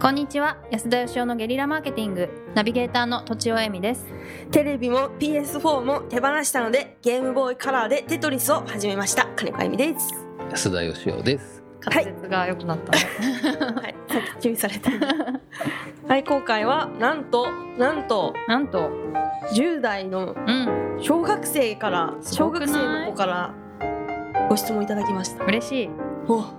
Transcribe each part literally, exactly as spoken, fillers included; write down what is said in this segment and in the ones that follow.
こんにちは、安田義雄のゲリラマーケティングナビゲーターのとちおえみです。 テレビも ピーエスフォー も手放したので、ゲームボーイカラーでテトリスを始めました。金子あゆみです。 安田義雄です。 滑舌が良くなったね、 はい、さっき注意されたはい、今回はなんとなんとなんとじゅう代の小学生から、うん、小学生の子からご質問いただきました。 嬉しい。 お、うん、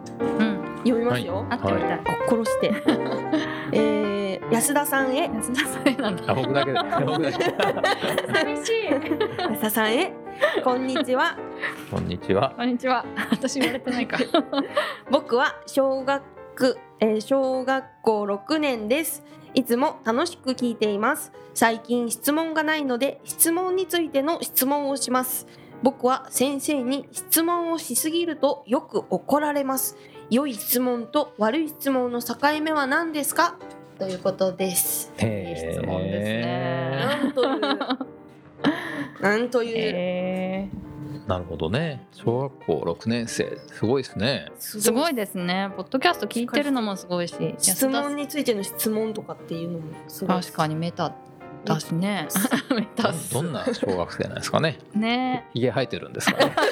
読みますよ。 会ってみたい。 殺して、えー、安田さんへ。 安田さんへなんだ。 あ、僕だけ僕だけ寂しい。 安田さんへ、こんにちは。 こんにちは。 こんにちは。私言われてないか僕は小学、えー、小学校ろくねんです。いつも楽しく聞いています。最近質問がないので質問についての質問をします。僕は先生に質問をしすぎるとよく怒られます。良い質問と悪い質問の境目は何ですか、ということです。 いい質問ですね。 なんというなんという、 えー、なるほどね。小学校ろくねん生、すごいですね。 すごいですね。ポッドキャスト聞いてるのもすごいし、 質問についての質問とかっていうのもすごい。 確かにメタだしね。メタス。 どんな小学生なんですかね。 ね。 ひげ生えてるんですかね。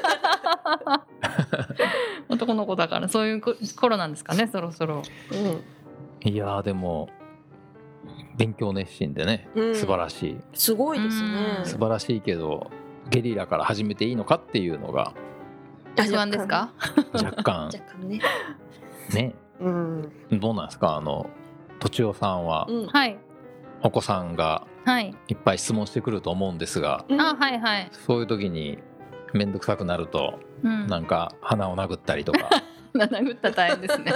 男の子だからそういう頃なんですかね、そろそろ。 うん、いやでも勉強熱心でね、うん、素晴らしい。 すごいですね。 素晴らしいけどゲリラから始めていいのかっていうのが不安ですか。 若干若干ね。 ね、 うん、 どうなんですか。あのとちおさんは、 うん、はい、 お子さんがいっぱい質問してくると思うんですが、 うん、あ、はいはい、 そういう時にめんどくさくなると、うん、なんか鼻を殴ったりとか殴ったら大変ですね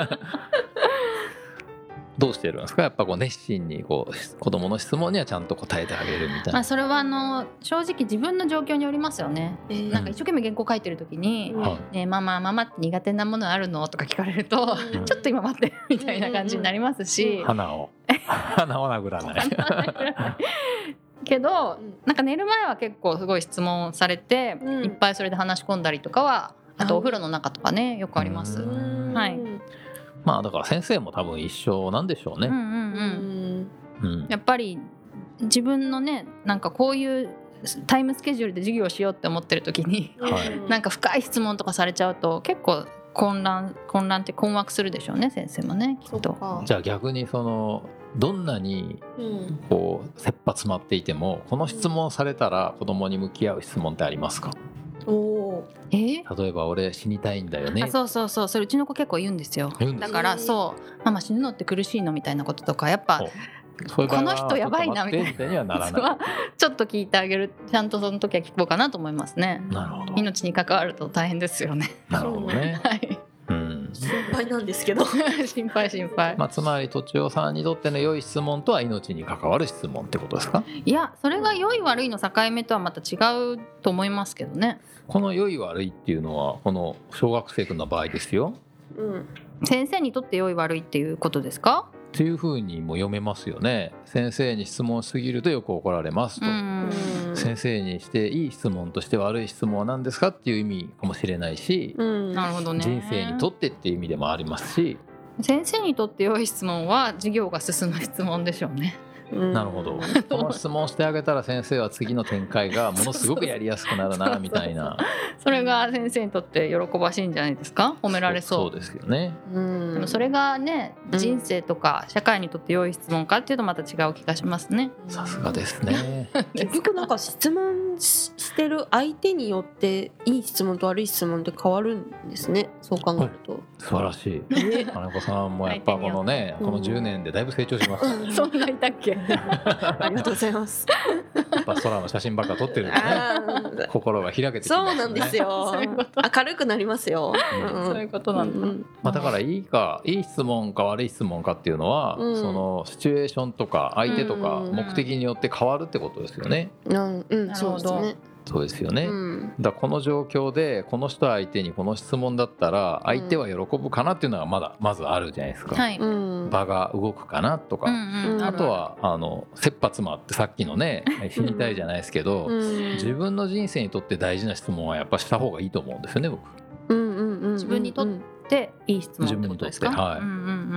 どうしてるんですか。やっぱこう熱心にこう子どもの質問にはちゃんと答えてあげるみたいな。 まあ、それはあの正直自分の状況によりますよね、えー、なんか一生懸命原稿書いてる時に、うんね、ママママって苦手なものあるのとか聞かれると、うん、ちょっと今待ってみたいな感じになりますし、 鼻を鼻を殴らないけどなんか寝る前は結構すごい質問されて、うん、いっぱいそれで話し込んだりとかは、あとお風呂の中とかね、よくあります。はい、 まあだから先生も多分一緒なんでしょうね。うんうんうん、やっぱり自分のね、なんかこういうタイムスケジュールで授業をしようって思ってる時に、はい、なんか深い質問とかされちゃうと結構混乱混乱って困惑するでしょうね、先生もね、きっと。 じゃあ逆にそのどんなにこう切羽詰まっていても、この質問されたら子供に向き合う質問ってありますか。 おえ例えば俺死にたいんだよね。 あ、そうそうそう、それうちの子結構言うんですよ。だからそうママ死ぬのって苦しいのみたいなこととか、やっぱこの人やばいなみたいなちょっと聞いてあげる、ちゃんとその時は聞こうかなと思いますね。 なるほど。 命に関わると大変ですよね。 なるほどね、 はい、 うん、心配なんですけど心配心配、 まあ、つまりとちおさんにとっての良い質問とは命に関わる質問ってことですか。 いや、それが良い悪いの境目とはまた違うと思いますけどね。 この良い悪いっていうのはこの小学生の場合ですよ、 うん、先生にとって良い悪いっていうことですかっていう風にも読めますよね。先生に質問しすぎるとよく怒られますと、うん、先生にしていい質問として悪い質問は何ですかっていう意味かもしれないし、うん、なるほどね、人生にとってっていう意味でもありますし、 先生にとって良い質問は授業が進む質問でしょうね。 なるほど。この質問してあげたら先生は次の展開がものすごくやりやすくなるなみたいなそれが先生にとって喜ばしいんじゃないですか。褒められそう。 そうですよね。 うん、でもそれがね、人生とか社会にとって良い質問かっていうとまた違う気がしますね。 さすがですね結局なんか質問してる相手によっていい質問と悪い質問って変わるんですね、そう考えると。 素晴らしい。金子さんもやっぱこのね、このじゅうねんでだいぶ成長しました、ね、 そんないたっけありがとうございます。 やっぱ空の写真ばっか撮ってるとね心が開けてきますね。 そうなんですよ明るくなりますよ、 うん、そういうことなんだ、うん、 まあ、だからいいかいい質問か悪い質問かっていうのは、うん、そのシチュエーションとか相手とか目的によって変わるってことですよね。 うんうん、そうですね。 そうですよね、うん、だからこの状況でこの人相手にこの質問だったら相手は喜ぶかなっていうのがまだまずあるじゃないですか、はい、場が動くかなとか、うんうん、あとはあの切羽詰まってさっきのね死にたいじゃないですけど、うん、自分の人生にとって大事な質問はやっぱした方がいいと思うんですよね、僕。 自分にとっていい質問ってことですか。 自分にとって、はい、 うんうんうん、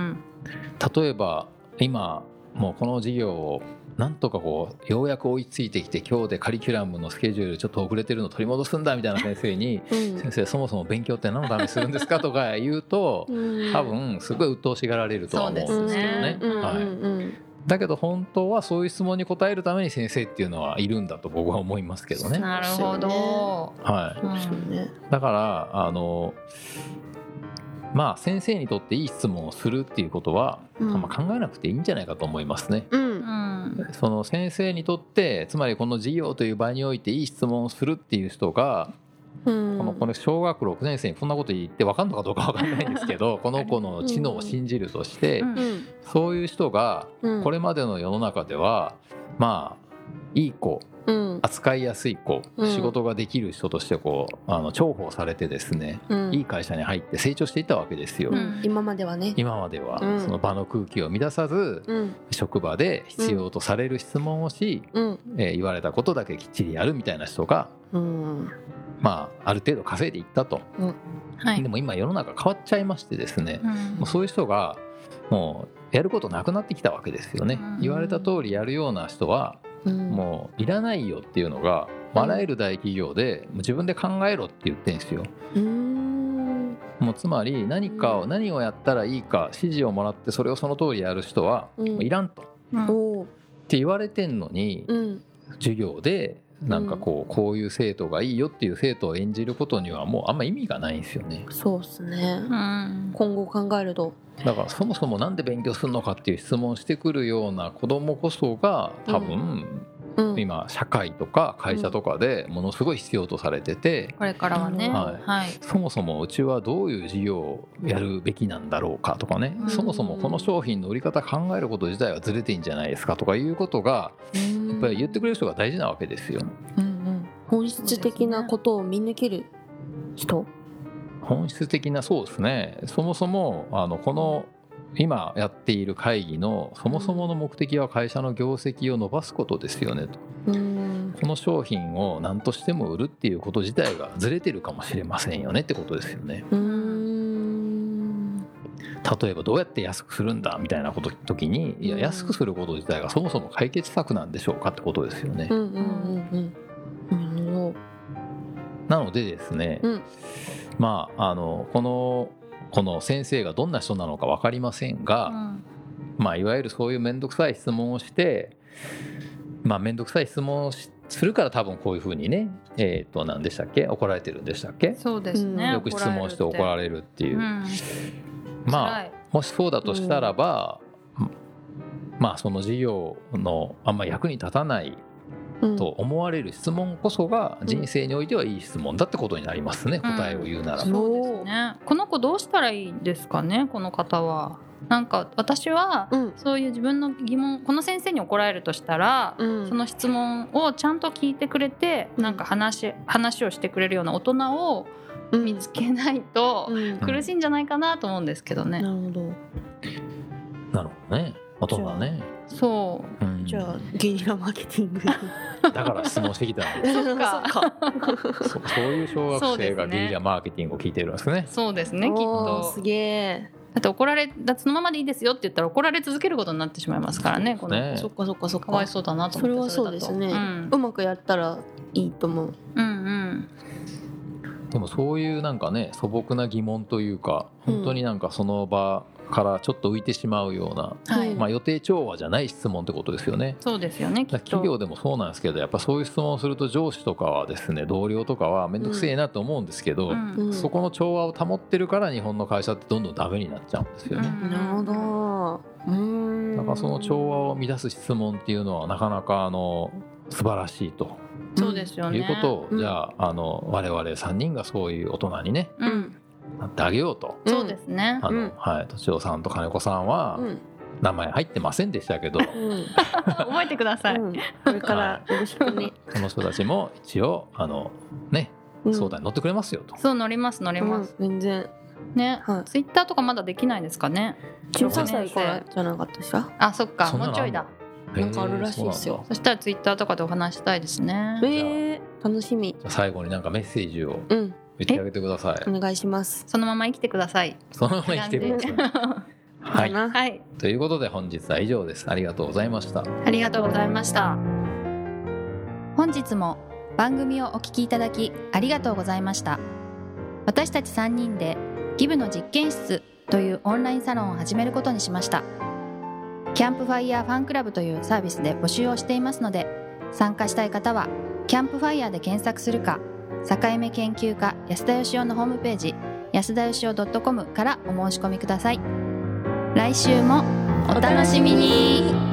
例えば今もうこの授業をなんとかこうようやく追いついてきて今日でカリキュラムのスケジュールちょっと遅れてるの取り戻すんだみたいな先生に、うん、先生そもそも勉強って何のためにするんですかとか言うと、うん、多分すごい鬱陶しがられるとは思うんですけどね、はい、だけど本当はそういう質問に答えるために先生っていうのはいるんだと僕は思いますけどね。 なるほど、 はい、うん、だからあのまあ先生にとっていい質問をするっていうことは、うん、まあ、考えなくていいんじゃないかと思いますね、うん、その先生にとってつまりこの授業という場においていい質問をするっていう人が、うん、このこの小学ろくねん生にこんなこと言って分かんのかどうか分かんないんですけどこの子の知能を信じるとして、うん、そういう人がこれまでの世の中ではまあいい子、うん、扱いやすい子、うん、仕事ができる人としてこうあの重宝されてですね、うん、いい会社に入って成長していったわけですよ、うん、 今まではね今までは、うん、その場の空気を乱さず、うん、職場で必要とされる質問をし、うんえー、言われたことだけきっちりやるみたいな人が、うん、まあある程度稼いでいったと、うんはい、でも今世の中変わっちゃいましてですね、うん、もうそういう人がもうやることなくなってきたわけですよね、うん、言われた通りやるような人はもういらないよっていうのがあらゆる大企業で自分で考えろって言ってるんですよ。うーんもうつまり何かを何をやったらいいか指示をもらってそれをその通りやる人はもういらんと、うん、って言われてんのに、うん、授業でなんかこうこういう生徒がいいよっていう生徒を演じることにはもうあんま意味がないんですよね。 そうですね、うん、今後考えるとだからそもそもなんで勉強するのかっていう質問してくるような子どもこそが多分、うん、今社会とか会社とかでものすごい必要とされてて、 これからはね、 はいはい、そもそもうちはどういう事業をやるべきなんだろうかとかね、うん、そもそもこの商品の売り方考えること自体はずれていいんじゃないですかとかいうことがやっぱり言ってくれる人が大事なわけですよ、うんうん、 本質的なことを見抜ける人、 本質的なそうですね。そもそもあのこの今やっている会議のそもそもの目的は会社の業績を伸ばすことですよねと、うん、この商品を何としても売るっていうこと自体がずれてるかもしれませんよねってことですよね。うん、例えばどうやって安くするんだみたいなこと時にいや安くすること自体がそもそも解決策なんでしょうかってことですよね。うんうんうんうん、なのでですね、うん、まああのこのこの先生がどんな人なのか分かりませんが、うんまあ、いわゆるそういう面倒くさい質問をしてまあ面倒くさい質問をするから多分こういうふうにねえっと何でしたっけ怒られてるんでしたっけ。 そうですね、 よく質問して怒られるっていう、うん、まあもしそうだとしたらば、うん、まあその授業のあんま役に立たないと思われる質問こそが人生においてはいい質問だってことになりますね、うん、答えを言うならば、 うん、そうですね。この子どうしたらいいですかね。この方はなんか私はそういう自分の疑問、この先生に怒られるとしたら、うん、その質問をちゃんと聞いてくれて、うん、なんか 話, 話をしてくれるような大人を見つけないと苦しいんじゃないかなと思うんですけどね、うん、 なるほどなるほどね。大人はねそう、 うん、じゃあゲリラマーケティングだから質問してきたのそうかそ, そういう小学生がゲリラマーケティングを聞いてるんですね。 そうですね、きっとすげえ。 だって怒られだそのままでいいですよって言ったら怒られ続けることになってしまいますからね。このそっかそっかそっか、 かわいそうだなと思って。 それはそうですね、うん、うまくやったらいいと思う。うんうん。 でもそういうなんかね素朴な疑問というか本当になんかその場からちょっと浮いてしまうような、はいまあ、予定調和じゃない質問ってことですよね。 そうですよね。きっと企業でもそうなんですけどやっぱそういう質問をすると上司とかはですね同僚とかは面倒くせえなと思うんですけど、うんうん、そこの調和を保ってるから日本の会社ってどんどんダメになっちゃうんですよね、 うん、なるほど。うーんだからその調和を乱す質問っていうのはなかなかあの素晴らしいとそうですよね。 いうことを、うん、じゃあ、あの我々さんにんがそういう大人にね、うん、なってあげようと。 そうですね。 あの、うん、はい、とちおさんと金子さんは、うん、名前入ってませんでしたけど、うん、 覚えてください、うん、 これからよろしくね、はい、 その人たちも一応あのね、相談に乗ってくれますよと。 そう乗ります乗ります、 うん、全然ね、はい、ツイッターとかまだできないですかね。 じゅうさんさいからじゃなかったでしょ。 あ、そっか、もうちょいだ。 なんかあるらしいですよ。 そしたらツイッターとかでお話したいですね。 えー、楽しみ。 じゃ最後になんかメッセージを言ってあげてください、 うん、お願いします。 そのまま生きてください。 そのまま生きてくださいはい、 はい、 ということで本日は以上です。ありがとうございました。 ありがとうございました。本日も番組をお聞きいただきありがとうございました。私たちさんにんでギブの実験室というオンラインサロンを始めることにしました。キャンプファイヤーファンクラブというサービスで募集をしていますので、参加したい方はキャンプファイヤーで検索するか、境目研究家安田義雄のホームページ安田義雄 .com からお申し込みください。来週もお楽しみに。